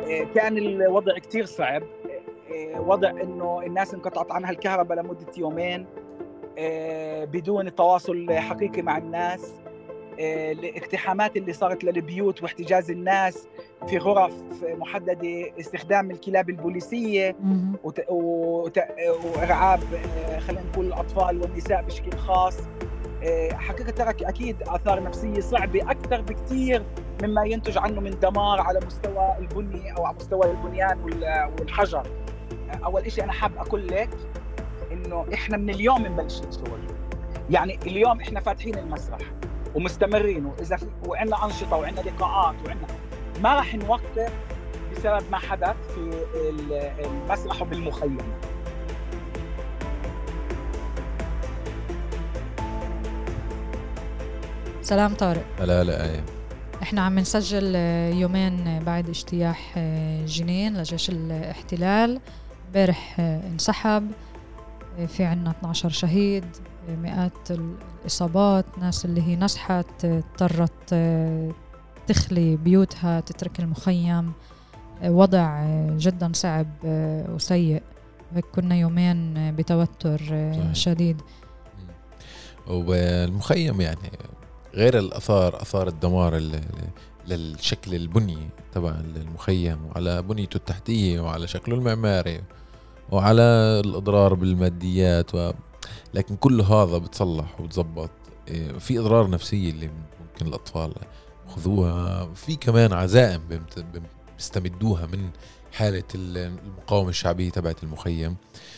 كان الوضع كتير صعب، وضع إنه الناس انقطعت عنها الكهرباء لمدة يومين بدون تواصل حقيقي مع الناس، الاقتحامات اللي صارت للبيوت واحتجاز الناس في غرف محددة، استخدام الكلاب البوليسية وإرعاب خلينا نقول الأطفال والنساء بشكل خاص. حقيقة ترك أكيد آثار نفسية صعبة أكثر بكتير مما ينتج عنه من دمار على مستوى البني أو على مستوى البنيان والحجر. أول إشي أنا حاب أقول لك إنه إحنا من اليوم نبلش نصور، يعني اليوم إحنا فاتحين المسرح ومستمرين، وإذا وعندنا أنشطة وعندنا لقاءات وعندنا، ما راح نوقف بسبب ما حدث في المسرح وبالمخيم. سلام طارق. لا احنا عم نسجل يومين بعد اجتياح جنين لجيش الاحتلال. امبارح انسحب، في عنا 12 شهيد، مئات الإصابات، ناس اللي هي نسحت اضطرت تخلي بيوتها، تترك المخيم. وضع جدا صعب وسيء، هيك كنا يومين بتوتر شديد. والمخيم يعني غير أثار الدمار للشكل البني تبع المخيم وعلى بنيته التحتية وعلى شكله المعماري وعلى الأضرار بالماديات لكن كل هذا بتصلح وبتزبط. في أضرار نفسية اللي ممكن الأطفال يأخذوها، في كمان عزائم بيستمدوها من حالة المقاومة الشعبية تبعت المخيم.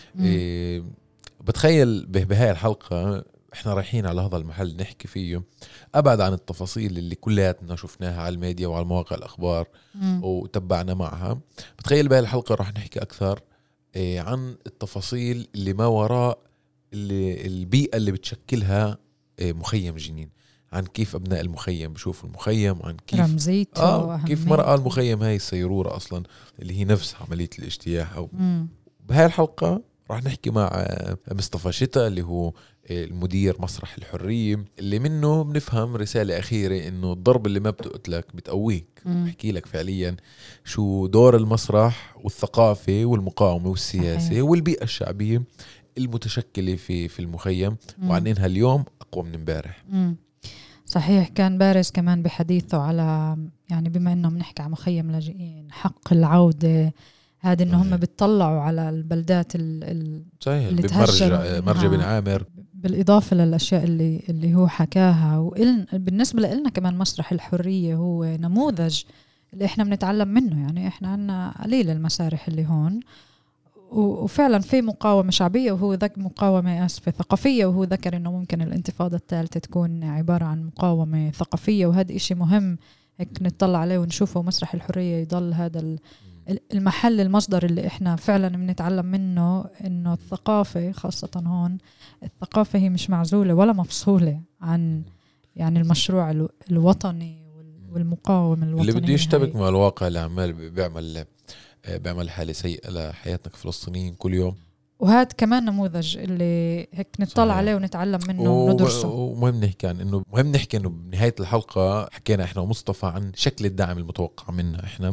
بتخيل بهاي الحلقة احنا رايحين على هذا المحل نحكي فيه أبعد عن التفاصيل اللي كلياتنا شفناها على الميديا وعلى مواقع الأخبار وتبعنا معها. بتخيل بهاي الحلقة راح نحكي أكثر عن التفاصيل اللي ما وراء البيئة اللي بتشكلها مخيم جنين، عن كيف أبناء المخيم بشوفوا المخيم، عن كيف رمزيته كيف مرأة المخيم هاي السيرورة أصلا اللي هي نفس عملية الاجتياح. بهاي الحلقة راح نحكي مع مصطفى شتا اللي هو المدير مسرح الحرية، اللي منه بنفهم رسالة أخيرة إنه الضرب اللي ما بتقتلك بتقويك. بحكي لك فعليا شو دور المسرح والثقافة والمقاومة والسياسة والبيئة الشعبية المتشكلة في المخيم، وعن إنها اليوم أقوى من امبارح. صحيح. كان بارز كمان بحديثه على، يعني بما إنه بنحكي عن مخيم لاجئين، حق العودة هذا إنه هم بتطلعوا على البلدات اللي تهجروا، مرجع بن عامر، بالإضافة للأشياء اللي هو حكاها. بالنسبة لنا كمان مسرح الحرية هو نموذج اللي إحنا بنتعلم منه. يعني إحنا عنا قليل المسارح اللي هون، وفعلا في مقاومة شعبية، وهو مقاومة ثقافية، وهو ذكر إنه ممكن الانتفاضة الثالثة تكون عبارة عن مقاومة ثقافية، وهذا إشي مهم هيك نتطلع عليه ونشوفه. مسرح الحرية يضل هذا المحل، المصدر اللي إحنا فعلا بنتعلم منه إنه الثقافة، خاصة هون الثقافة هي مش معزولة ولا مفصولة عن يعني المشروع الوطني والمقاومة الوطنية اللي بده يشتبك مع الواقع اللي عمال بيعمل حالة سيئة لحياتنا كفلسطينيين كل يوم. وهذا كمان نموذج اللي هيك نطلع عليه ونتعلم منه وندرسه. ومهم نحكي انه بنهاية الحلقة حكينا احنا ومصطفى عن شكل الدعم المتوقع منا احنا.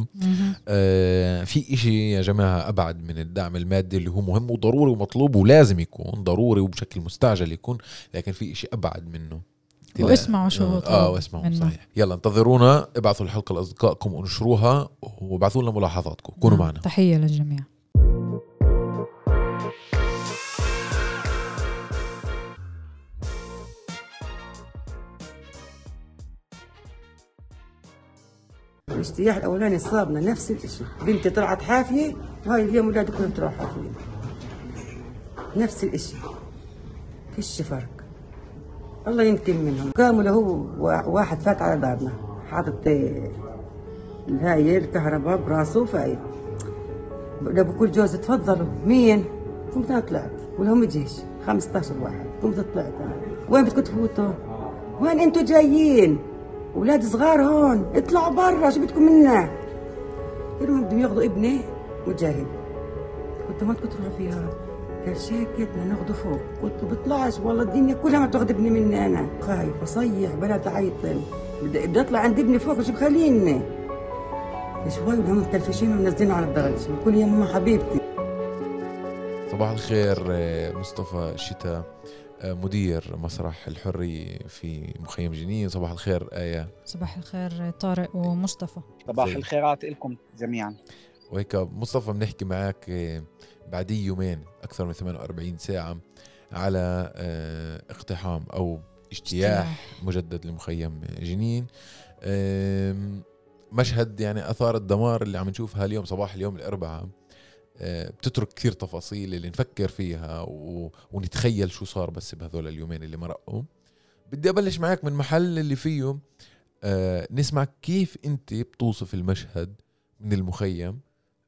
في اشي يا جماعة ابعد من الدعم المادي اللي هو مهم وضروري ومطلوب ولازم يكون ضروري وبشكل مستعجل يكون، لكن في اشي ابعد منه. واسمعوا شو هو واسمعوا صحيح. يلا انتظرونا، ابعثوا الحلقة لأصدقائكم ونشروها، وابعثوا لنا ملاحظاتكم. كونوا معنا. تحية للجميع. الاجتياح الأولاني صابنا نفس الشيء، بنتي طلعت حافية وهاي اليوم أولادي كلهم طلعوا حافية، نفس الشيء، فيش فرق. الله ينتم منهم. قاموا له واحد فات على بابنا حاطط هاي الكهرباء براسه فايد، بقول جوز تفضلوا. مين؟ قمت أنا طلعت ولهم جيش 15 واحد. قمت طلعت أنا. وين بدكم تفوتوا؟ وين انتوا جايين؟ أولاد صغار هون، اطلعوا برا، شو بدكم منا؟ قالوا بدهم ياخذوا ابني مجاهد. قلت ما بدكم تروحوا فيها؟ قال شاكتنا ناخذه فوق. قلت بطلعش والله، الدنيا كلها ما تاخذ ابني مني. انا خايف بصيح بنات عيط، بدي اطلع عند ابني فوق، شو بخليني؟ شوي وهم متلفشين ومنزلين على الدرج، بقول يا ماما حبيبتي. صباح الخير مصطفى شتاء، مدير مسرح الحرية في مخيم جنين. صباح الخير آية. صباح الخير طارق ومصطفى. صباح الخيرات لكم جميعا. وهيك مصطفى بنحكي معك بعد يومين أكثر من 48 ساعة على اقتحام أو اجتياح مجدد لمخيم جنين. مشهد يعني أثار الدمار اللي عم نشوفها اليوم صباح اليوم الأربعاء بتترك كثير تفاصيل اللي نفكر فيها ونتخيل شو صار بس بهذول اليومين اللي مرقوا. بدي أبلش معك من محل اللي فيه نسمع كيف أنت بتوصف المشهد من المخيم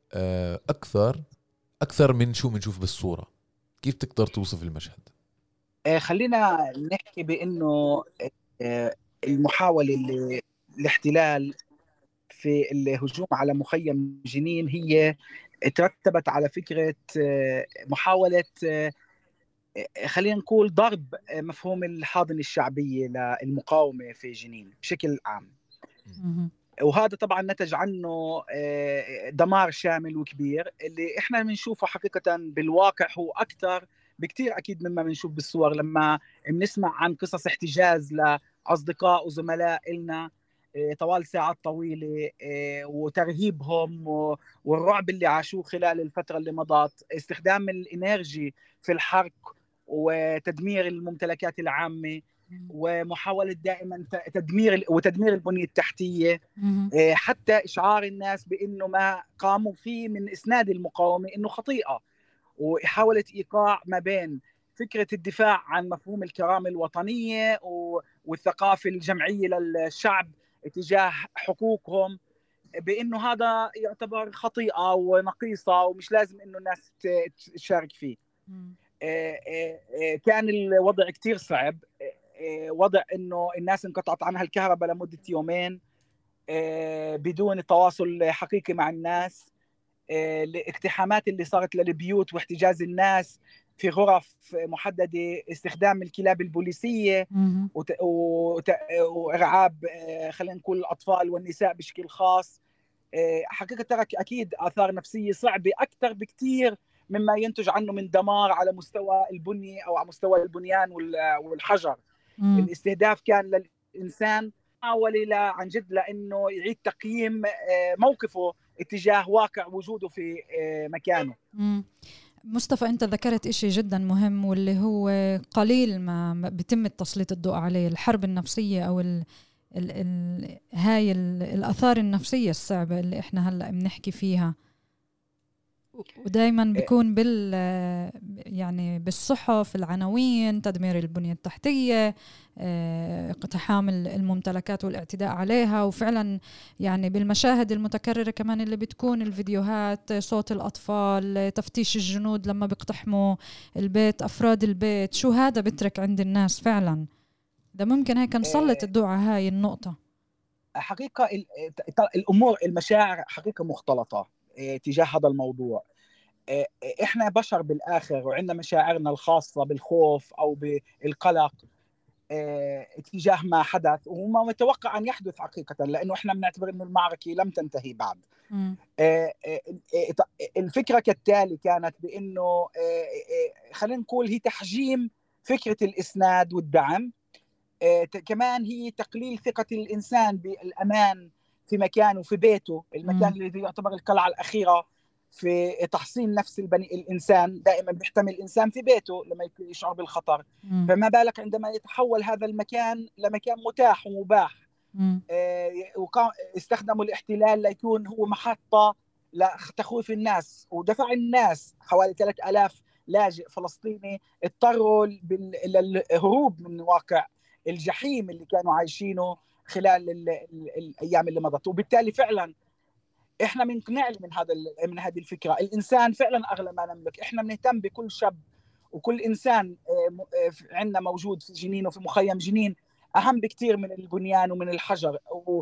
أكثر من شو بنشوف بالصورة. كيف تقدر توصف المشهد؟ خلينا نحكي بأنه المحاولة الاحتلال في الهجوم على مخيم جنين هي ترتبت على فكرة محاولة خلينا نقول ضرب مفهوم الحاضنة الشعبية للمقاومة في جنين بشكل عام. وهذا طبعا نتج عنه دمار شامل وكبير اللي احنا بنشوفه حقيقة بالواقع هو أكثر بكتير أكيد مما بنشوف بالصور. لما بنسمع عن قصص احتجاز لأصدقاء وزملاء إلنا طوال ساعات طويلة وترهيبهم والرعب اللي عاشوه خلال الفترة اللي مضت، استخدام الإنرجي في الحرق وتدمير الممتلكات العامة ومحاولة دائما تدمير البنية التحتية، حتى إشعار الناس بأنه ما قاموا فيه من إسناد المقاومة أنه خطيئة، وحاولة إيقاع ما بين فكرة الدفاع عن مفهوم الكرامة الوطنية والثقافة الجمعية للشعب تجاه حقوقهم بأنه هذا يعتبر خطيئة ونقيصة ومش لازم أنه الناس تشارك فيه. كان الوضع كتير صعب، وضع أنه الناس انقطعت عنها الكهرباء لمدة يومين بدون تواصل حقيقي مع الناس، الاقتحامات اللي صارت للبيوت واحتجاز الناس في غرف محددة، استخدام الكلاب البوليسية وإرعاب خلينا نقول الأطفال والنساء بشكل خاص. حقيقة ترك أكيد آثار نفسية صعبة أكثر بكتير مما ينتج عنه من دمار على مستوى البني أو على مستوى البنيان والحجر. الاستهداف كان للإنسان محاولة عن جد لأنه يعيد تقييم موقفه اتجاه واقع وجوده في مكانه. مصطفى أنت ذكرت إشي جدا مهم واللي هو قليل ما بيتم تسليط الضوء عليه، الحرب النفسية أو هاي الآثار النفسية الصعبة اللي إحنا هلأ بنحكي فيها، ودايما بيكون يعني بالصحف العناوين تدمير البنية التحتية، اقتحام الممتلكات والاعتداء عليها، وفعلا يعني بالمشاهد المتكررة كمان اللي بتكون الفيديوهات، صوت الأطفال، تفتيش الجنود لما بيقتحموا البيت، أفراد البيت، شو هذا بترك عند الناس فعلا. ده ممكن هيك نسلط الضوء على هاي النقطة. حقيقة الأمور المشاعر حقيقة مختلطة تجاه هذا الموضوع. إحنا بشر بالآخر وعندنا مشاعرنا الخاصة بالخوف أو بالقلق تجاه ما حدث وما متوقع أن يحدث حقيقة، لأنه إحنا بنعتبر أنه المعركة لم تنتهي بعد. الفكرة كالتالي كانت بأنه خلينا نقول هي تحجيم فكرة الإسناد والدعم، كمان هي تقليل ثقة الإنسان بالأمان في مكانه في بيته، المكان الذي يعتبر القلعة الأخيرة في تحصين نفس الإنسان. دائما بيحتمي الإنسان في بيته لما يشعر بالخطر، فما بالك عندما يتحول هذا المكان لمكان متاح ومباح. استخدموا الاحتلال ليكون هو محطة لتخويف الناس، ودفع الناس حوالي 3000 لاجئ فلسطيني اضطروا للهروب من واقع الجحيم اللي كانوا عايشينه خلال الأيام اللي مضت. وبالتالي فعلا احنا بنقنع من هذه الفكره، الانسان فعلا اغلى ما نملك. احنا بنهتم بكل شاب وكل انسان عندنا موجود في جنين وفي مخيم جنين، اهم بكثير من البنيان ومن الحجر.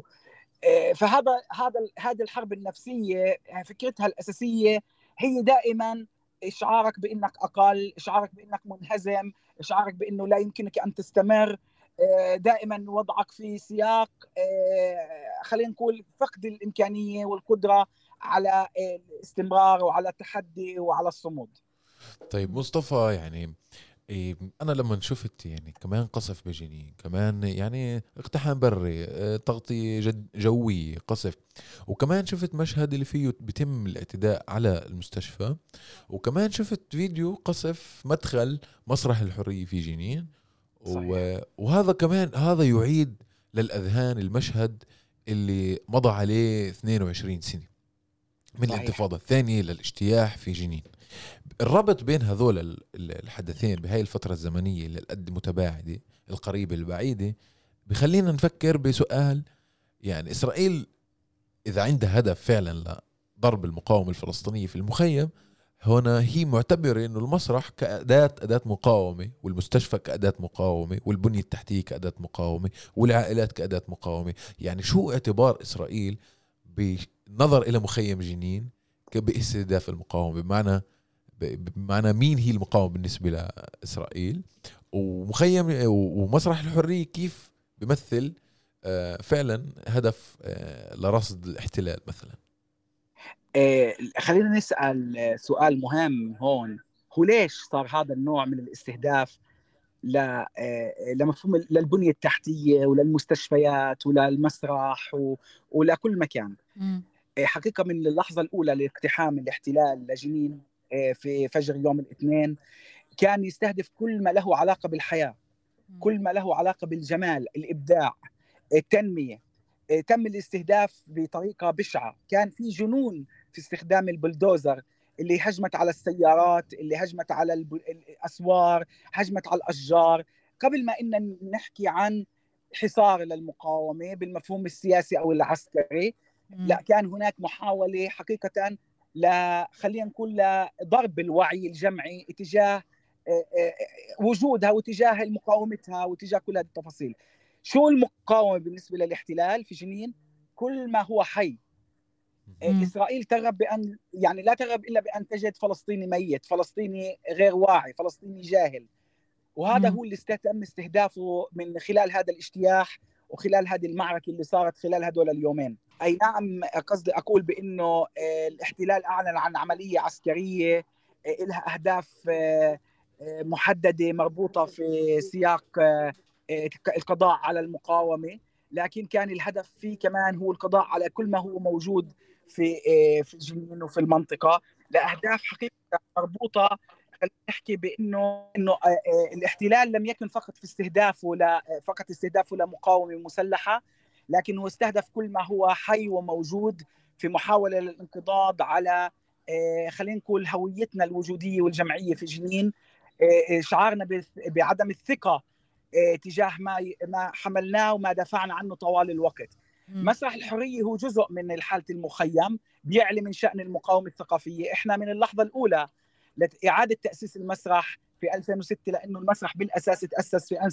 هذه الحرب النفسيه فكرتها الاساسيه هي دائما اشعارك بانك اقل، اشعارك بانك منهزم، اشعارك بانه لا يمكنك ان تستمر، دائما وضعك في سياق خلينا نقول فقد الإمكانية والقدرة على الاستمرار وعلى التحدي وعلى الصمود. طيب مصطفى، يعني أنا لما شفت يعني كمان قصف بجنين، كمان يعني اقتحام بري، تغطية جوية، قصف، وكمان شفت مشهد اللي فيه بيتم الاعتداء على المستشفى، وكمان شفت فيديو قصف مدخل مسرح الحرية في جنين. وهذا كمان هذا يعيد للأذهان المشهد اللي مضى عليه 22 سنة من الانتفاضة الثانية للاجتياح في جنين. الربط بين هذول الحدثين بهاي الفترة الزمنية اللي قد متباعدة، القريبة البعيدة، بخلينا نفكر بسؤال، يعني إسرائيل إذا عندها هدف فعلا لضرب المقاومة الفلسطينية في المخيم، هنا هي معتبرة إنه المسرح أداة مقاومة، والمستشفى كأداة مقاومة، والبنية التحتية كأداة مقاومة، والعائلات كأداة مقاومة. يعني شو اعتبار إسرائيل بالنظر إلى مخيم جنين باستهداف المقاومة؟ بمعنى مين هي المقاومة بالنسبة لإسرائيل، ومخيم ومسرح الحرية كيف بيمثل فعلا هدف لرصد الاحتلال مثلا؟ خلينا نسأل سؤال مهم هون، هو ليش صار هذا النوع من الاستهداف لمفهوم للبنية التحتية وللمستشفيات وللمسرح ولكل مكان؟ حقيقة من اللحظة الأولى لاقتحام الاحتلال لجنين في فجر يوم الاثنين كان يستهدف كل ما له علاقة بالحياة، كل ما له علاقة بالجمال، الإبداع، التنمية. تم الاستهداف بطريقة بشعة، كان في جنون في استخدام البلدوزر اللي هجمت على السيارات، اللي هجمت على الأسوار، هجمت على الأشجار. قبل ما إن نحكي عن حصار للمقاومة بالمفهوم السياسي أو العسكري، لا، كان هناك محاولة حقيقة خلينا نقول لضرب الوعي الجمعي اتجاه وجودها واتجاه مقاومتها واتجاه كل هذه التفاصيل. شو المقاومة بالنسبة للاحتلال في جنين؟ كل ما هو حي. إسرائيل ترغب بأن، يعني لا ترغب إلا بأن تجد فلسطيني ميت، فلسطيني غير واعي، فلسطيني جاهل. وهذا هو اللي تم استهدافه من خلال هذا الاجتياح وخلال هذه المعركة اللي صارت خلال هدول اليومين. أي نعم، قصدي أقول بأنه الاحتلال أعلن عن عملية عسكرية لها أهداف محددة مربوطة في سياق القضاء على المقاومة، لكن كان الهدف فيه كمان هو القضاء على كل ما هو موجود في جنين وفي المنطقة، لأهداف حقيقة مربوطة. خلينا نحكي بأنه الاحتلال لم يكن فقط استهدافه لمقاومة مسلحة، لكنه استهدف كل ما هو حي وموجود في محاولة للانقضاض على خلينا نقول هويتنا الوجودية والجمعية في جنين، شعارنا بعدم الثقة تجاه ما حملناه وما دافعنا عنه طوال الوقت. مسرح الحرية هو جزء من حالة المخيم، بيعلي من شأن المقاومة الثقافية. احنا من اللحظة الأولى لإعادة تأسيس المسرح في 2006، لأنه المسرح بالأساس تأسس في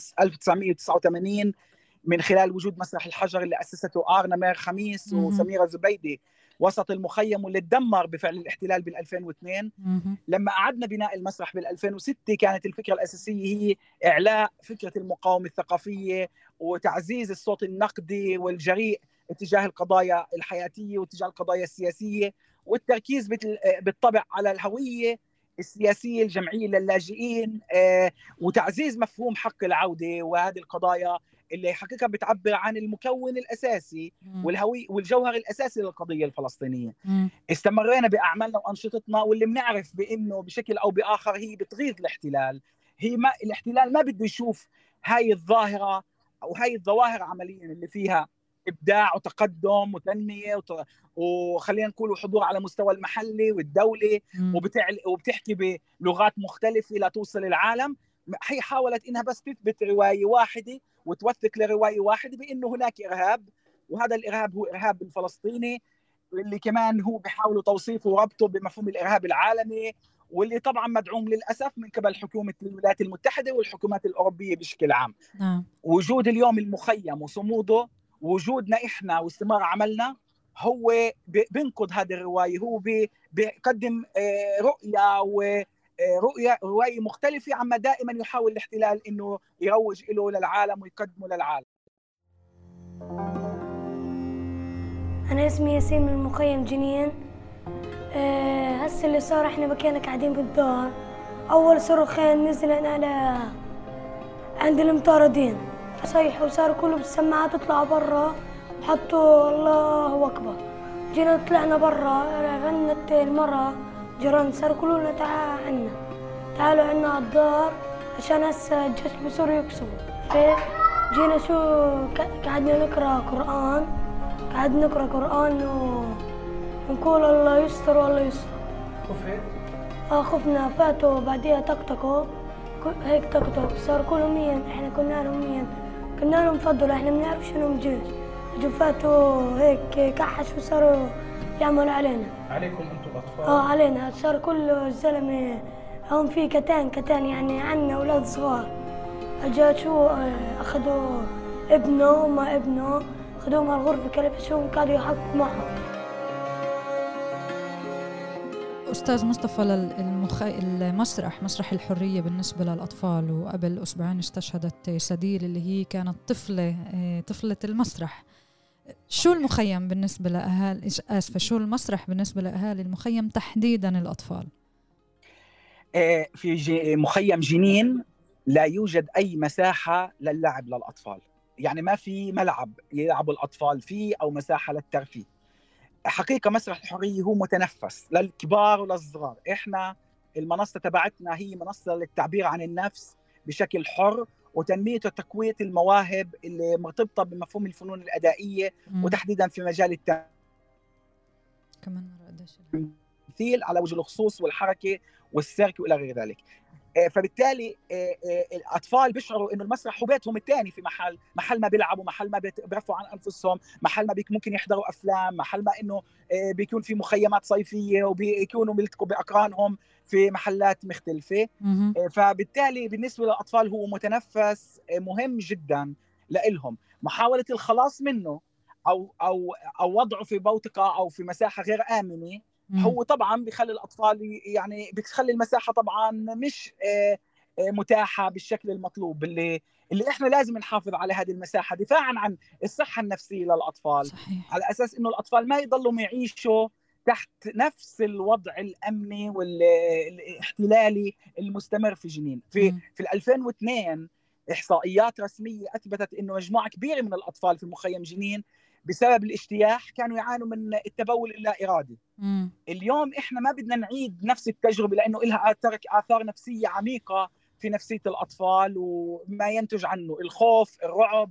1989 من خلال وجود مسرح الحجر اللي أسسته آرنا مير خميس وسميرة زبيدي وسط المخيم، واللي تدمر بفعل الاحتلال بال 2002. لما أعدنا بناء المسرح بال 2006 كانت الفكرة الأساسية هي إعلاء فكرة المقاومة الثقافية وتعزيز الصوت النقدي والجريء اتجاه القضايا الحياتية واتجاه القضايا السياسية، والتركيز بالطبع على الهوية السياسية الجمعية للاجئين، وتعزيز مفهوم حق العودة. وهذه القضايا اللي حقيقة بتعبر عن المكون الأساسي والهوية والجوهر الأساسي للقضية الفلسطينية. استمرينا بأعمالنا وأنشطتنا، واللي بنعرف بأنه بشكل أو بآخر هي بتغيظ الاحتلال. الاحتلال ما بده يشوف هاي الظاهرة أو هاي الظواهر عمليا اللي فيها إبداع وتقدم وتنمية وخلينا نقول حضور على مستوى المحلي والدولي، وبتحكي بلغات مختلفة لا توصل العالم. هي حاولت إنها بس تثبت رواية واحدة وتوثق لرواية واحدة بأنه هناك إرهاب، وهذا الإرهاب هو إرهاب الفلسطيني، واللي كمان هو بيحاولوا توصيفه وربطه بمفهوم الإرهاب العالمي، واللي طبعا مدعوم للأسف من قبل حكومة الولايات المتحدة والحكومات الأوروبية بشكل عام. وجود اليوم المخيم وصموده، وجودنا إحنا واستمرار عملنا، هو بينقض هذه الرواية، هو بيقدم رؤية رؤية مختلفة عما دائما يحاول الاحتلال إنه يروج له للعالم ويقدمه للعالم. أنا اسمي ياسين من مخيم جنين. هسه اللي صار إحنا بكينا قاعدين بالدار، أول صاروخين نزلن على عند المطاردين صيحوا وصاروا كله بالسماعات تطلعوا برا وحطوا الله أكبر. جينا طلعنا برا رنت المرة جيران صاروا كلهم تعالوا عنا على الدار عشان هسه الجيش بصيروا يكسبوا. جينا شو قعدنا نقرأ قرآن ونقول الله يستر والله يستر. خفت؟ خفنا. فاتوا بعديها طقطقوا هيك طقطق صار كلهم 100. احنا كنا لهم فضل، احنا ما بنعرفش انهم جيش. اجوا فاتوا هيك كحشوا وصاروا يعملوا علينا. عليكم انتم الاطفال؟ علينا. صار كل الزلمه هم في كتان يعني عنا اولاد صغار. اجا شو اخذوا ابنه وما ابنه خدوهم على الغرفه كلبشوهم قعدوا يحكوا معهم. أستاذ مصطفى، المسرح مسرح الحرية بالنسبة للأطفال، وقبل أسبوعين استشهدت سديل اللي هي كانت طفلة المسرح. شو المخيم بالنسبة لأهالي شو المسرح بالنسبة لأهالي المخيم تحديدا الأطفال؟ في مخيم جنين لا يوجد أي مساحة للعب للأطفال، يعني ما في ملعب يلعب الأطفال فيه أو مساحة للترفيه. حقيقة مسرح الحرية هو متنفس للكبار وللصغار. إحنا المنصة تبعتنا هي منصة للتعبير عن النفس بشكل حر وتنمية وتقوية المواهب اللي مرتبطة بمفهوم الفنون الأدائية وتحديدا في مجال التمثيل على وجه الخصوص والحركة والسيرك وإلى غير ذلك. فبالتالي الاطفال بيشعروا انه المسرح هو بيتهم الثاني، في محل ما بيلعبوا، محل ما بيرفعوا عن انفسهم، محل ما ممكن يحضروا افلام، محل ما انه بيكون في مخيمات صيفيه وبيكونوا بيلتقوا باقرانهم في محلات مختلفه. فبالتالي بالنسبه للاطفال هو متنفس مهم جدا لهم. محاوله الخلاص منه او وضعه في بوتقه او في مساحه غير امنه هو طبعا بيخلي الاطفال، يعني بيخلي المساحه طبعا مش متاحه بالشكل المطلوب، اللي احنا لازم نحافظ على هذه المساحه دفاعا عن الصحه النفسيه للاطفال. صحيح. على اساس انه الاطفال ما يضلوا يعيشوا تحت نفس الوضع الامني والاحتلالي المستمر في جنين. في 2002 احصائيات رسميه اثبتت انه مجموعه كبيره من الاطفال في مخيم جنين بسبب الاجتياح كانوا يعانوا من التبول اللا إرادي. اليوم إحنا ما بدنا نعيد نفس التجربة لأنه لها آثار نفسية عميقة في نفسية الأطفال وما ينتج عنه الخوف، الرعب،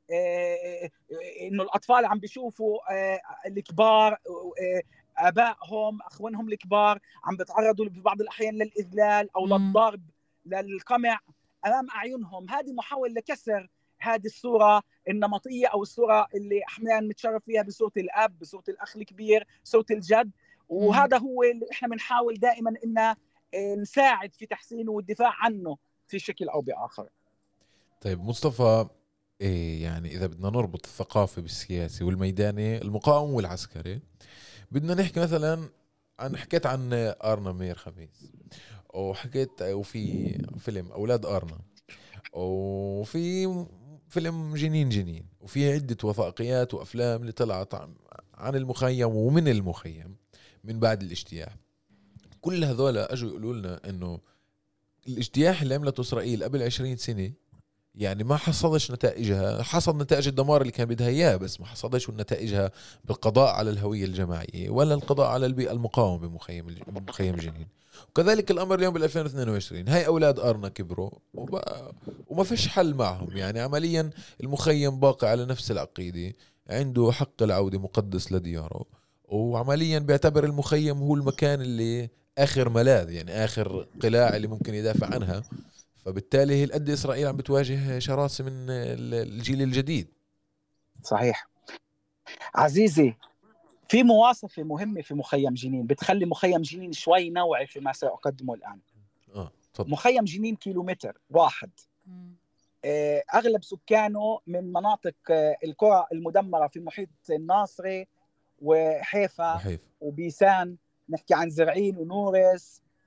إنه الأطفال عم بيشوفوا الكبار، آبائهم، أخوانهم الكبار عم بيتعرضوا ببعض الأحيان للإذلال أو للضرب، للقمع أمام أعينهم. هذه محاولة لكسر هذه الصورة النمطية أو الصورة اللي احنا نتشرف فيها بصورة الأب، بصورة الأخ الكبير، صورة الجد. وهذا هو اللي احنا بنحاول دائما إن نساعد في تحسينه والدفاع عنه في شكل أو بآخر. طيب مصطفى، يعني إذا بدنا نربط الثقافي بالسياسي والميداني، المقاوم والعسكري، بدنا نحكي مثلا حكيت عن أرنا مير خميس، وحكيت وفي فيلم أولاد أرنا، وفي فيلم جنين، وفي عدة وثائقيات وأفلام اللي طلعت عن المخيم ومن المخيم من بعد الاجتياح. كل هذول أجوا يقولوا لنا إنه الاجتياح اللي عملته إسرائيل قبل 20 سنة يعني ما حصدش نتائجها، حصد نتائج الدمار اللي كان بدها إياه، بس ما حصدش نتائجها بالقضاء على الهوية الجماعية ولا القضاء على البيئة المقاومة بمخيم جنين. وكذلك الأمر اليوم بال2022. هاي أولاد أرنا كبروا وما فيش حل معهم، يعني عمليا المخيم باقي على نفس العقيدة، عنده حق العودة مقدس لدياره، وعمليا بيعتبر المخيم هو المكان اللي آخر ملاذ، يعني آخر قلاع اللي ممكن يدافع عنها. فبالتالي هي القد إسرائيل عم بتواجه شراسة من الجيل الجديد. صحيح عزيزي، في مواصفة مهمة في مخيم جنين بتخلي مخيم جنين شوي نوعي فيما سأقدمه الآن. مخيم جنين كيلومتر واحد، أغلب سكانه من مناطق القرى المدمرة في محيط الناصري وحيفا وبيسان، نحكي عن زرعين ونورس.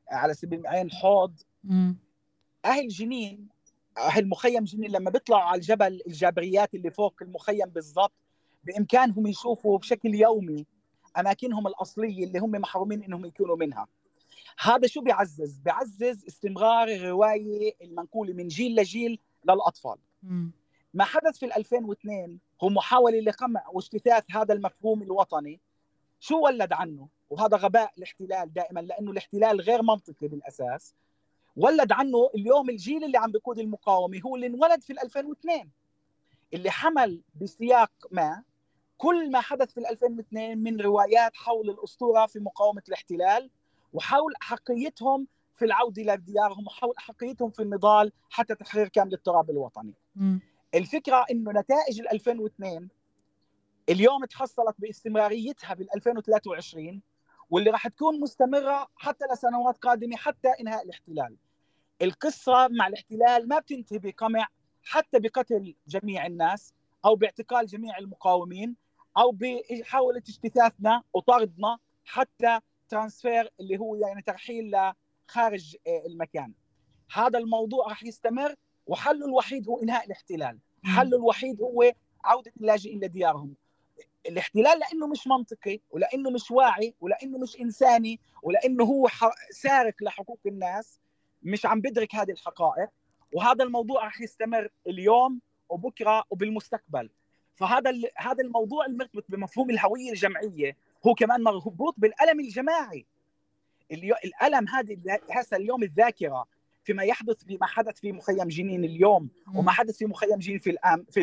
على سبيل عين حوض. أهل جنين، أهل مخيم جنين لما بيطلعوا على الجبل، الجابريات اللي فوق المخيم بالضبط، بإمكانهم يشوفوا بشكل يومي أماكنهم الأصلية اللي هم محرومين إنهم يكونوا منها. هذا شو بيعزز استمرار الرواية المنقولة من جيل لجيل للأطفال. ما حدث في 2002 هو محاولة لقمع واجتثاث هذا المفهوم الوطني. شو ولد عنه؟ وهذا غباء الاحتلال دائما، لأنه الاحتلال غير منطقي بالأساس. ولد عنه اليوم الجيل اللي عم بيقود المقاومة هو اللي انولد في 2002، اللي حمل بسياق ما كل ما حدث في 2002 من روايات حول الأسطورة في مقاومة الاحتلال، وحول أحقيتهم في العودة لديارهم، وحول أحقيتهم في النضال حتى تحرير كامل التراب الوطني. الفكرة إنه نتائج 2002 اليوم تحصلت باستمراريتها بال 2023، واللي راح تكون مستمرة حتى لسنوات قادمة حتى إنهاء الاحتلال. القصة مع الاحتلال ما بتنتهي بقمع، حتى بقتل جميع الناس أو باعتقال جميع المقاومين أو بحاولة اجتثاثنا وطردنا، حتى ترانسفير اللي هو يعني ترحيل لخارج المكان. هذا الموضوع راح يستمر، وحله الوحيد هو إنهاء الاحتلال. حله الوحيد هو عودة اللاجئين لديارهم. الاحتلال لأنه مش منطقي، ولأنه مش واعي، ولأنه مش إنساني، ولأنه هو سارق لحقوق الناس، مش عم بدرك هذه الحقائق. وهذا الموضوع راح يستمر اليوم وبكرة وبالمستقبل. هذا الموضوع المرتبط بمفهوم الهوية الجمعية هو كمان مربوط بالألم الجماعي. الألم هذا اليوم الذاكرة فيما يحدث، فيما حدث في مخيم جنين اليوم وما حدث في مخيم جنين في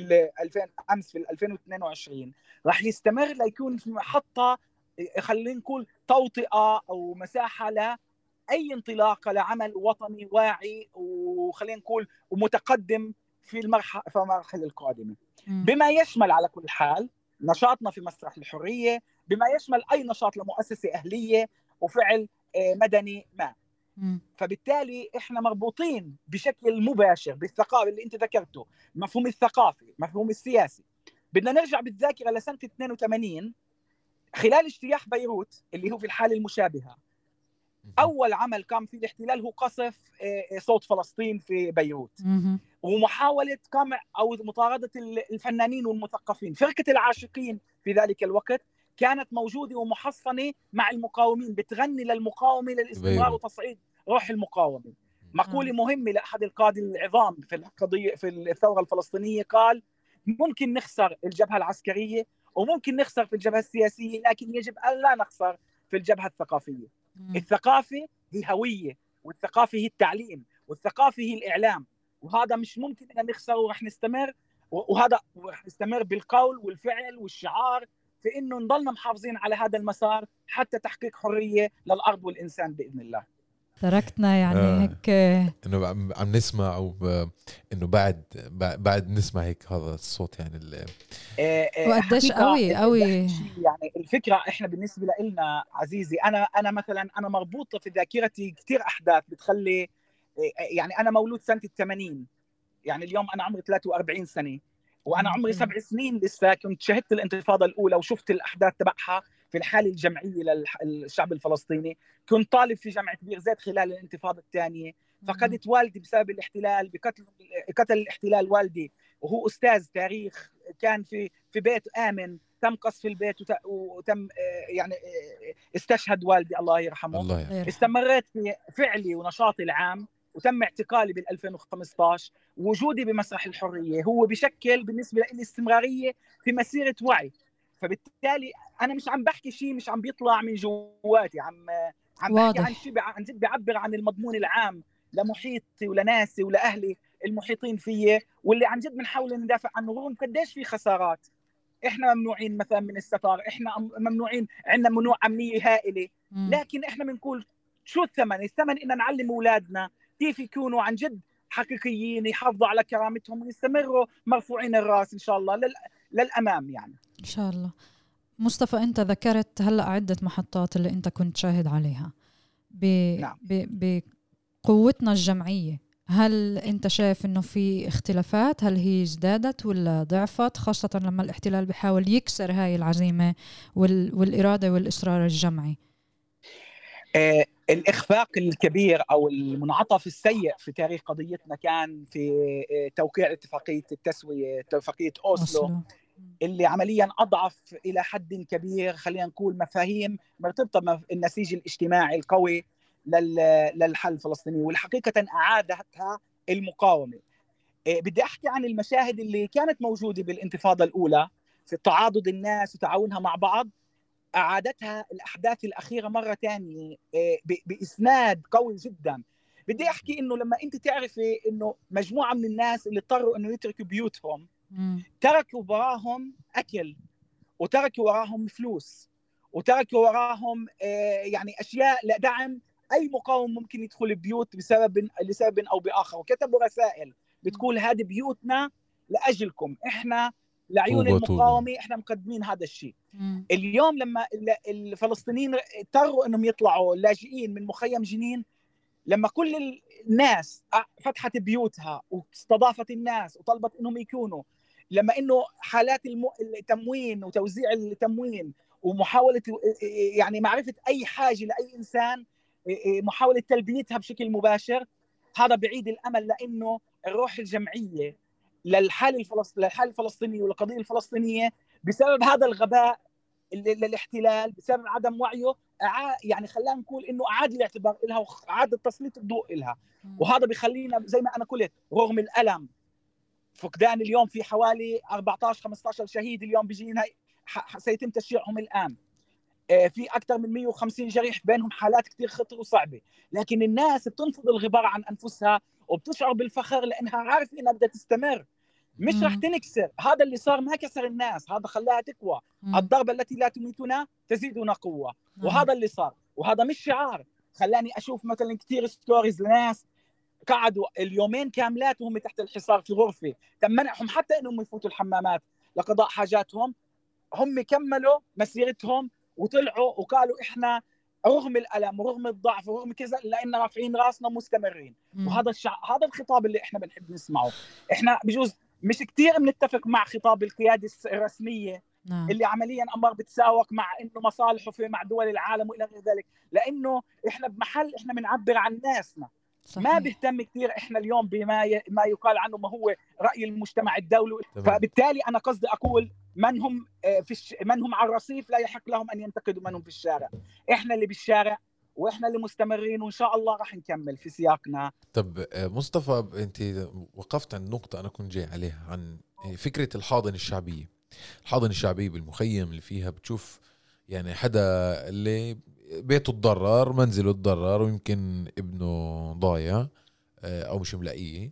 أمس في 2022 راح يستمر ليكون في محطة، خلينا نقول توطئة أو مساحة لأي انطلاقة لعمل وطني واعي وخلينا نقول ومتقدم في المراحل القادمة، بما يشمل على كل حال نشاطنا في مسرح الحرية، بما يشمل أي نشاط لمؤسسة أهلية وفعل مدني ما. فبالتالي احنا مربوطين بشكل مباشر بالثقافه اللي انت ذكرته، مفهوم الثقافي، مفهوم السياسي. بدنا نرجع بالذاكره لسنه 82 خلال اجتياح بيروت اللي هو في الحاله المشابهه. اول عمل قام فيه الاحتلال هو قصف صوت فلسطين في بيروت، ومحاوله قمع او مطارده الفنانين والمثقفين. فرقه العاشقين في ذلك الوقت كانت موجودة ومحصنة مع المقاومين، بتغني للمقاومة للاستمرار وتصعيد روح المقاومة. مقولة مهمة لأحد القادة العظام في القضية في الثورة الفلسطينية، قال ممكن نخسر الجبهة العسكرية وممكن نخسر في الجبهة السياسية، لكن يجب أن لا نخسر في الجبهة الثقافية. الثقافة هي هوية، والثقافة هي التعليم، والثقافة هي الإعلام، وهذا مش ممكن أن نخسره. ورح نستمر، وهذا رح نستمر بالقول والفعل والشعار في إنه نضلنا محافظين على هذا المسار حتى تحقيق حرية للأرض والإنسان بإذن الله. تركتنا يعني هيك إنه عم نسمع أو إنه بعد نسمع هيك هذا الصوت يعني وقديش قوي يعني الفكرة. إحنا بالنسبة لنا عزيزي، أنا مثلا أنا مربوطة في ذاكرتي كتير أحداث بتخلي، يعني أنا مولود سنة 80، يعني اليوم أنا عمري 43 سنة، وأنا عمري 7 سنين لسه كنت شهدت الانتفاضة الأولى وشفت الأحداث تبعها في الحالة الجمعية للشعب الفلسطيني. كنت طالب في جامعة بير زيت خلال الانتفاضة الثانية. فقدت والدي بسبب الاحتلال، قتل الاحتلال والدي وهو أستاذ تاريخ، كان في بيت آمن، تم قصف البيت وتم يعني استشهد والدي الله يرحمه. استمريت في فعلي ونشاطي العام وتم اعتقالي بال 2015. وجودي بمسرح الحرية هو بشكل بالنسبة لي استمرارية في مسيرة وعي. فبالتالي أنا مش عم بحكي شيء مش عم بيطلع من جواتي، عم بحكي عن شيء عن جد بيعبر عن المضمون العام لمحيطي ولناسي ولأهلي المحيطين فيه، واللي عن جد بنحاول ندافع عنه رغم قديش في خسارات. إحنا ممنوعين مثلا من السفر، إحنا ممنوعين، عندنا منوع أمنية هائلة، لكن إحنا بنقول شو الثمن إن نعلم أولادنا كيف يكونوا عن جد حقيقيين، يحافظوا على كرامتهم ويستمروا مرفوعين الراس إن شاء الله للأمام يعني إن شاء الله. مصطفى، أنت ذكرت هلأ عدة محطات اللي أنت كنت شاهد عليها بقوتنا الجمعية. هل أنت شايف أنه في اختلافات؟ هل هي ازدادت ولا ضعفت، خاصة لما الاحتلال بيحاول يكسر هاي العزيمة والإرادة والإصرار الجمعي؟ الإخفاق الكبير أو المنعطف السيء في تاريخ قضيتنا كان في توقيع اتفاقية التسوية، اتفاقية أوسلو، اللي عمليا أضعف إلى حد كبير خلينا نقول مفاهيم مرتبطة بالنسيج الاجتماعي القوي للحل الفلسطيني، والحقيقة أعادتها المقاومة. بدي أحكي عن المشاهد اللي كانت موجودة بالانتفاضة الأولى في تعاضد الناس وتعاونها مع بعض، أعادتها الأحداث الأخيرة مرة ثانية بإسناد قوي جدا. بدي أحكي إنه لما أنت تعرفي إنه مجموعة من الناس اللي اضطروا إنه يتركوا بيوتهم تركوا وراهم أكل، وتركوا وراهم فلوس، وتركوا وراهم يعني أشياء لدعم أي مقاوم ممكن يدخل بيوت لسبب أو بآخر، وكتبوا رسائل بتقول هذه بيوتنا لأجلكم، إحنا لعيون المقاومة إحنا مقدمين هذا الشيء. اليوم لما الفلسطينيين اضطروا انهم يطلعوا لاجئين من مخيم جنين، لما كل الناس فتحت بيوتها واستضافت الناس وطلبت انهم يكونوا، لما انه حالات التموين وتوزيع التموين ومحاوله يعني معرفه اي حاجه لاي انسان، محاوله تلبيتها بشكل مباشر، هذا بعيد الامل لانه الروح الجمعيه للحال الفلسطيني والقضيه الفلسطينيه بسبب هذا الغباء للاحتلال، بسبب عدم وعيه، يعني خلينا نقول انه اعاد الاعتبار لها واعاده تسليط الضوء لها. وهذا بيخلينا زي ما انا قلت رغم الالم، فقدان اليوم في حوالي 14-15 شهيد اليوم بجنين سيتم تشييعهم الان، في اكثر من 150 جريح، بينهم حالات كثير خطر وصعبه، لكن الناس بتنفض الغبار عن انفسها وبتشعر بالفخر لانها عارفه انها بدها تستمر، مش رح تنكسر. هذا اللي صار ما كسر الناس، هذا خلاها تقوى. الضربة التي لا تميتنا تزيدنا قوة، وهذا اللي صار. وهذا مش شعار، خلاني أشوف مثلا كثير ستوريز لناس قعدوا اليومين كاملات وهم تحت الحصار في غرفة، تمنعهم حتى أنهم يفوتوا الحمامات لقضاء حاجاتهم، هم كملوا مسيرتهم وطلعوا وقالوا إحنا رغم الألم ورغم الضعف ورغم كذا لأن رافعين راسنا مستمرين. وهذا هذا الخطاب اللي إحنا بنحب نسمعه. إحنا بجوز مش كتير بنتفق مع خطاب القيادة الرسمية اللي عمليا أمر بتساوق مع إنه مصالحه مع دول العالم وإلى غير ذلك، لأنه إحنا بمحل إحنا بنعبر عن ناسنا. صحيح. ما بيهتم كثير إحنا اليوم ما يقال عنه ما هو رأي المجتمع الدولي. فبالتالي أنا قصدي أقول من هم على الرصيف لا يحق لهم أن ينتقدوا من هم في الشارع. إحنا اللي بالشارع واحنا اللي مستمرين، وان شاء الله راح نكمل في سياقنا. طب مصطفى، انت وقفت عند نقطة انا كنت جاي عليها عن فكرة الحاضنة الشعبية. الحاضنة الشعبية بالمخيم اللي فيها بتشوف يعني حدا اللي بيته تضرر، منزله تضرر، ويمكن ابنه ضايع او مش ملاقيه،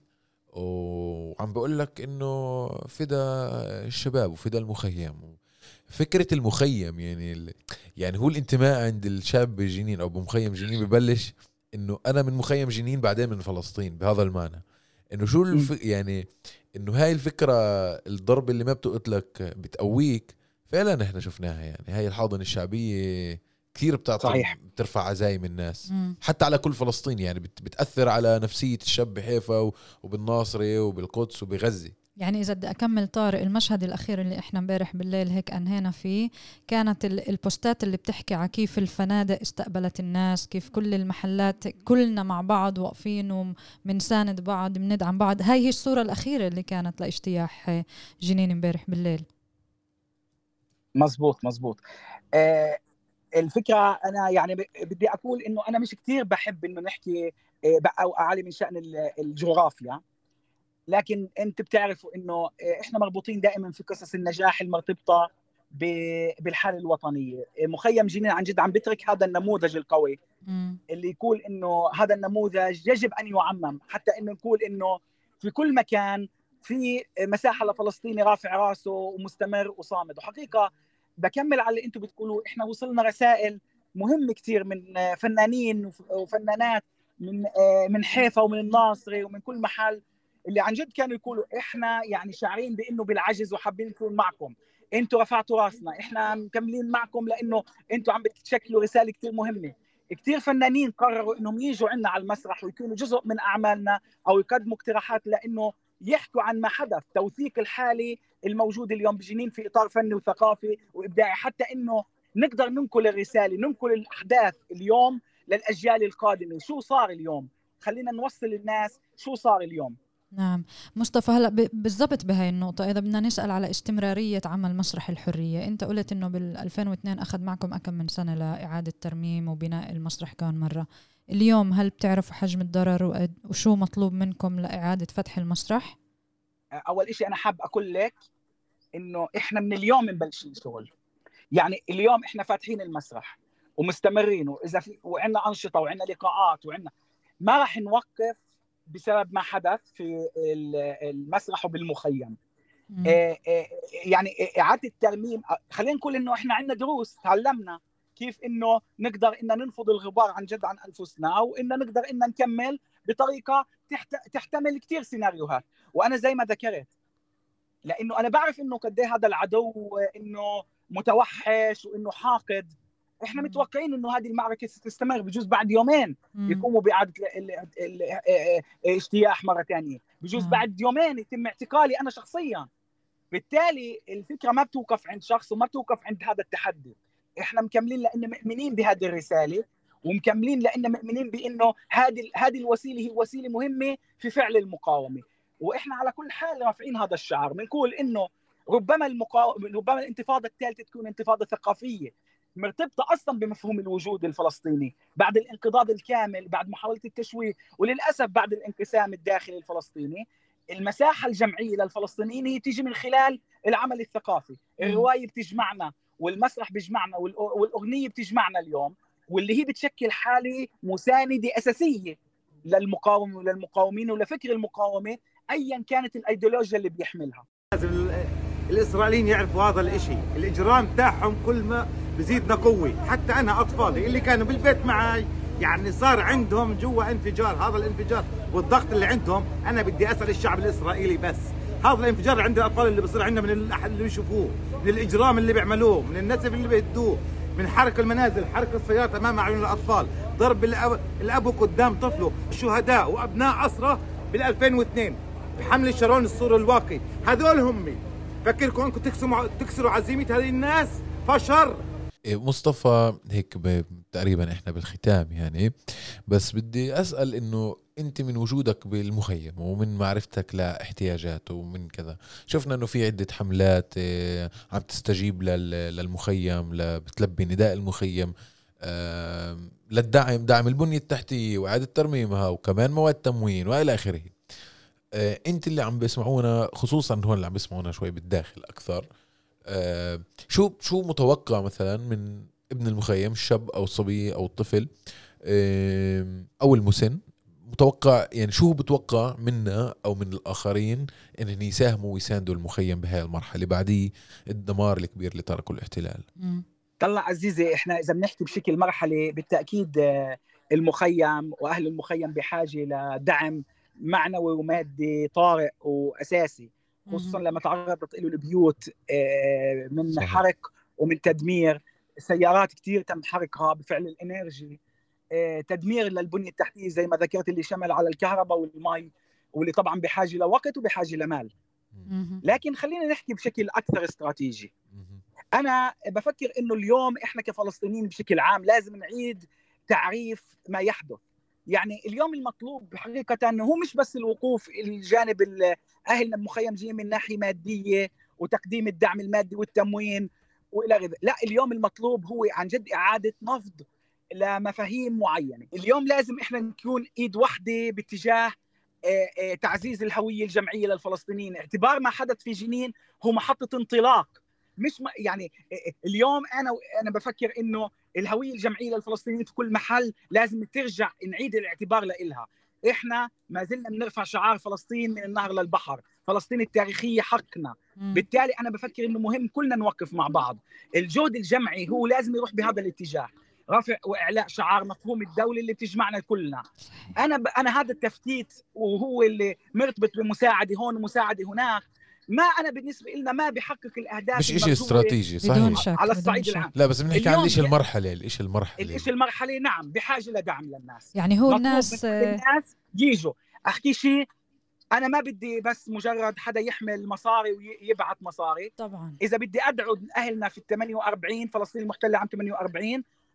وعم بقول لك انه فدا الشباب وفدا المخيم. فكرة المخيم يعني هو الانتماء عند الشاب بجنين أو بمخيم جنين ببلش إنه أنا من مخيم جنين بعدين من فلسطين، بهذا المعنى إنه شو يعني إنه هاي الفكرة، الضرب اللي ما بتقتلك بتقويك فعلا. إحنا شفناها يعني هاي الحاضنة الشعبية كثير بترفع عزايم الناس حتى على كل فلسطين، يعني بتأثر على نفسية الشاب بحيفا وبالناصري وبالقدس وبغزة. يعني إذا بدي أكمل طارق، المشهد الأخير اللي إحنا امبارح بالليل هيك أنهينا فيه كانت البوستات اللي بتحكي على كيف الفنادق استقبلت الناس، كيف كل المحلات كلنا مع بعض واقفين ومنساند بعض بندعم بعض. هاي هي الصورة الأخيرة اللي كانت لاجتياح جنين امبارح بالليل. مزبوط. الفكرة أنا يعني بدي أقول إنه أنا مش كتير بحب إنه نحكي أو أعلي من شأن الجغرافيا، لكن أنت بتعرفوا إنه إحنا مربوطين دائما في قصص النجاح المرتبطة بالحالة الوطنية. مخيم جنين عن جد عم بترك هذا النموذج القوي اللي يقول إنه هذا النموذج يجب أن يعمم، حتى إنه نقول إنه في كل مكان في مساحة لفلسطيني رافع راسه ومستمر وصامد. وحقيقة بكمل على اللي أنتم بتقولوا، إحنا وصلنا رسائل مهمة كتير من فنانين وفنانات من حيفا ومن الناصري ومن كل محل، اللي عن جد كانوا يقولوا إحنا يعني شاعرين بأنه بالعجز وحابين نكون معكم، أنتوا رفعتوا راسنا، إحنا مكملين معكم لأنه أنتوا عم بتشكلوا رسالة كتير مهمة. كتير فنانين قرروا إنهم يجوا عنا على المسرح ويكونوا جزء من أعمالنا أو يقدموا اقتراحات لأنه يحكوا عن ما حدث، توثيق الحالة الموجود اليوم بجنين في إطار فني وثقافي وإبداعي، حتى إنه نقدر ننقل الرسالة، ننقل الأحداث اليوم للاجيال القادمه. شو صار اليوم؟ خلينا نوصل للناس شو صار اليوم. نعم مصطفى، هلا بالضبط بهاي النقطة إذا بدنا نسأل على استمرارية عمل مسرح الحرية، أنت قلت إنه بال2002 أخذ معكم أكم من سنة لإعادة ترميم وبناء المسرح كان مرة. اليوم هل بتعرفوا حجم الضرر وشو مطلوب منكم لإعادة فتح المسرح؟ أول إشي أنا حاب أقول لك إنه إحنا من اليوم مبلشين شغل، يعني اليوم إحنا فاتحين المسرح ومستمرين، وإذا في وعندنا أنشطة وعندنا لقاءات وعندنا، ما راح نوقف بسبب ما حدث في المسرح وبالمخيم. يعني إعادة الترميم، خلينا نقول إنه إحنا عندنا دروس تعلمنا كيف إنه نقدر إن ننفض الغبار عن جد عن أنفسنا، وإن نقدر إن نكمل بطريقة تحتمل كتير سيناريوهات. وأنا زي ما ذكرت، لأنه أنا بعرف إنه قد إيه هذا العدو إنه متوحش وإنه حاقد. إحنا متوقعين إنه هذه المعركة ستستمر، بجوز بعد يومين يقوموا بإعادة الاجتياح مرة ثانية، بجوز بعد يومين يتم اعتقالي أنا شخصيا. بالتالي الفكرة ما بتوقف عند شخص وما بتوقف عند هذا التحدي. إحنا مكملين لأن مؤمنين بهذه الرسالة، ومكملين لأن مؤمنين بأنه هذه الوسيلة هي وسيلة مهمة في فعل المقاومة. وإحنا على كل حال رافعين هذا الشعار، بنقول إنه ربما الانتفاضة الثالثة تكون انتفاضة ثقافية مرتبطة أصلا بمفهوم الوجود الفلسطيني بعد الانقضاض الكامل، بعد محاولة التشويه، وللأسف بعد الانقسام الداخلي الفلسطيني. المساحة الجمعية للفلسطينيين هي تيجي من خلال العمل الثقافي. الرواية بتجمعنا، والمسرح بيجمعنا، والأغنية بتجمعنا اليوم، واللي هي بتشكل حالة مساندة أساسية للمقاومة وللمقاومين ولفكر المقاومة أيا كانت الأيديولوجيا اللي بيحملها. لازم الإسرائيليين يعرفوا هذا الإشي، الإجرام تاعهم كل ما بزيدنا قوة. حتى أنا أطفالي اللي كانوا بالبيت معي يعني صار عندهم جوا انفجار. هذا الانفجار والضغط اللي عندهم، أنا بدي أسأل الشعب الإسرائيلي بس، هذا الانفجار عند الأطفال اللي بصير عندنا من اللي بيشوفوه، من الإجرام اللي بيعملوه، من النسف اللي بيهدوه، من حرق المنازل، حرق السيارات أمام أعين الأطفال، ضرب الأب قدام طفله، شهداء وأبناء أسرى بال2002 بحمل شارون السوري الواقي. هذول هم فكركم أنكم تكسروا عزيمة هذه الناس؟ فشر. مصطفى هيك تقريبا احنا بالختام يعني، بس بدي أسأل انه انت من وجودك بالمخيم ومن معرفتك لاحتياجاته ومن كذا، شفنا انه في عدة حملات عم تستجيب للمخيم، بتلبي نداء المخيم دعم البنية التحتية وإعادة ترميمها وكمان مواد تموين وإلى آخره. انت اللي عم بيسمعونا، خصوصا هون اللي عم بيسمعونا شوي بالداخل أكثر، شو متوقع مثلا من ابن المخيم، الشاب أو الصبي أو الطفل أو المسن؟ متوقع يعني شو بتوقع منا أو من الآخرين إن يساهموا ويساندوا المخيم بهاي المرحلة بعديه الدمار الكبير اللي تركه الاحتلال؟ طلع عزيزي، إحنا إذا بنحكي بشكل مرحلة بالتأكيد المخيم وأهل المخيم بحاجة لدعم معنوي ومادي طارئ وأساسي، خصوصا لما تعرضت له البيوت من صحيح. حرق ومن تدمير. سيارات كتير تم حرقها بفعل الانرجي، تدمير للبنية التحتية زي ما ذكرت اللي شمل على الكهرباء والماء، واللي طبعا بحاجة لوقت وبحاجة لمال. لكن خلينا نحكي بشكل أكثر استراتيجي. أنا بفكر إنه اليوم إحنا كفلسطينيين بشكل عام لازم نعيد تعريف ما يحدث. يعني اليوم المطلوب حقيقة أنه هو مش بس الوقوف الجانب أهلنا المخيم جايين من ناحية مادية وتقديم الدعم المادي والتموين وإلى غيره، لا، اليوم المطلوب هو عن جد إعادة نفض لمفاهيم معينة. اليوم لازم إحنا نكون إيد واحدة باتجاه تعزيز الهوية الجمعية للفلسطينيين، اعتبار ما حدث في جنين هو محطة انطلاق. مش يعني اليوم أنا بفكر إنه الهوية الجمعية للفلسطينيين في كل محل لازم ترجع نعيد الاعتبار لإلها. إحنا ما زلنا بنرفع شعار فلسطين من النهر للبحر، فلسطين التاريخية حقنا. بالتالي أنا بفكر إنه مهم كلنا نوقف مع بعض. الجهد الجمعي هو لازم يروح بهذا الاتجاه، رفع وإعلاء شعار مفهوم الدولة اللي بتجمعنا كلنا. أنا هذا التفتيت وهو اللي مرتبط بمساعدة هون ومساعدة هناك، ما أنا بالنسبة لنا ما بيحقق الأهداف، مش إشي استراتيجي صحيح على الصعيد العام. لا بس بنحكي عن الإشي المرحلة المرحلة نعم بحاجة لدعم للناس. يعني هو الناس يجوا أحكي شيء، أنا ما بدي بس مجرد حدا يحمل مصاري ويبعث مصاري. طبعا إذا بدي أدعو أهلنا في 48 فلسطين المحتلة عام 48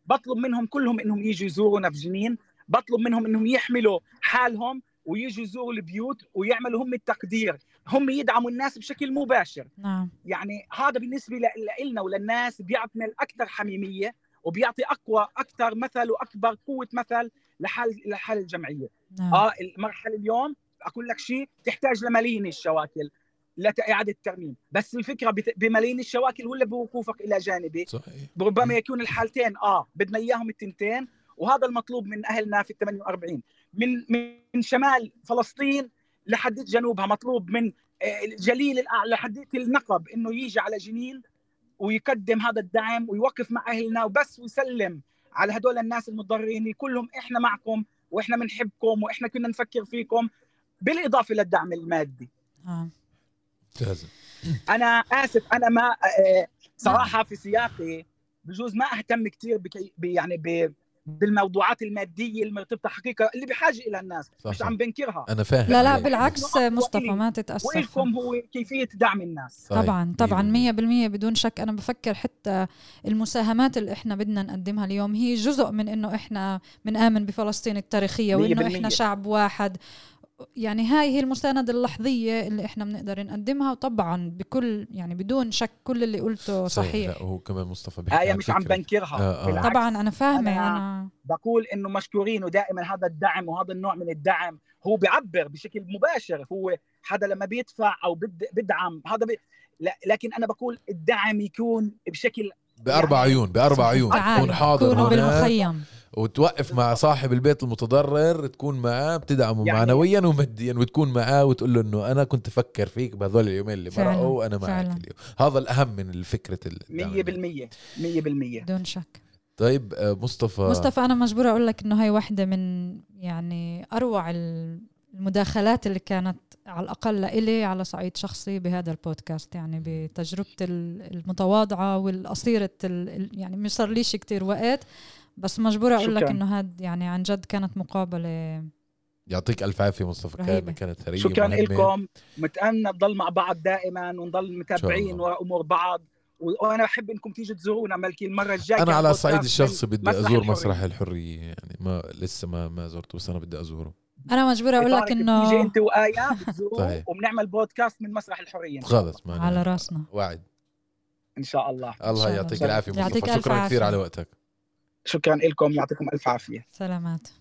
بطلب منهم كلهم انهم يجوا يزورونا في جنين، بطلب منهم انهم يحملوا حالهم ويجوا يزوروا البيوت ويعملوا هم التقدير، هم يدعموا الناس بشكل مباشر. نعم. يعني هذا بالنسبه لنا وللناس بيعطينا اكثر حميميه وبيعطي اقوى اكثر مثل واكبر قوه مثل لحال الجمعيه. نعم. المرحله اليوم اقول لك شيء تحتاج لملايين الشواكل لإعادة الترميم، بس الفكرة بملايين الشواكل ولا بوقوفك إلى جانبي. صحيح. ربما يكون الحالتين بدنا إياهم التنتين، وهذا المطلوب من أهلنا في 48 من شمال فلسطين لحد جنوبها، مطلوب من الجليل الأعلى لحد النقب إنه يجي على جنين ويقدم هذا الدعم ويوقف مع أهلنا وبس ويسلم على هدول الناس المتضررين كلهم. إحنا معكم وإحنا بنحبكم وإحنا كنا نفكر فيكم، بالإضافة للدعم المادي. أنا آسف، أنا ما صراحة في سياقي بجوز ما أهتم كتير يعني بالموضوعات المادية المرتبطة حقيقة اللي بحاجة إلى الناس. صح. مش عم بنكرها، أنا فاهم. لا بالعكس مصطفى ما تتأسف. وإلكم هو كيفية دعم الناس. طبعا 100% بدون شك. أنا بفكر حتى المساهمات اللي إحنا بدنا نقدمها اليوم هي جزء من إنه إحنا بنآمن بفلسطين التاريخية وإنه إحنا شعب واحد. يعني هاي هي المساندة اللحظية اللي إحنا بنقدر نقدمها، وطبعا بكل يعني بدون شك كل اللي قلته صحيح. لا هو كمان مصطفى بيحكي هاي مش عم بنكرها. طبعا أنا فاهمة. أنا بقول إنه مشكورين، ودائما هذا الدعم وهذا النوع من الدعم هو بيعبر بشكل مباشر. هو حدا لما بيدفع أو بدعم هذا لكن أنا بقول الدعم يكون بشكل بأربع عيون تكون حاضر بالمخيم وتوقف مع صاحب البيت المتضرر، تكون معاه بتدعمه يعني معنويا وماديا، وتكون معاه وتقول له انه انا كنت افكر فيك بهذول اليومين اللي مرقوا وانا معك اليوم. هذا الاهم من الفكرة 100% بدون شك. طيب مصطفى انا مجبورة اقول لك انه هاي واحدة من يعني اروع المداخلات اللي كانت على الأقل لإلي على صعيد شخصي بهذا البودكاست، يعني بتجربتي المتواضعة والقصيرة يعني مش صار ليش كتير وقت، بس مجبورة أقول لك إنه هاد يعني عن جد كانت مقابلة. يعطيك ألف عافية مصطفى، كانت ثرية. شكرا لكم، متأمنة نضل مع بعض دائما ونضل متابعين وراء أمور بعض، وأنا أحب إنكم تيجوا تزورونا ملكي المرة الجاية. أنا على الصعيد الشخصي بدي أزور مسرح الحرية، يعني لسه ما زرته، بس أنا بدي أزوره. أنا مجبورة أقول لك إنه تيجي أنت وآية بتزوروا وبنعمل بودكاست من مسرح الحرية. خلص على راسنا، وعد إن شاء الله. الله يعطيك العافية مصطفى، شكرا كثير على وقتك. شكرا لكم، يعطيكم ألف عافية. سلامات.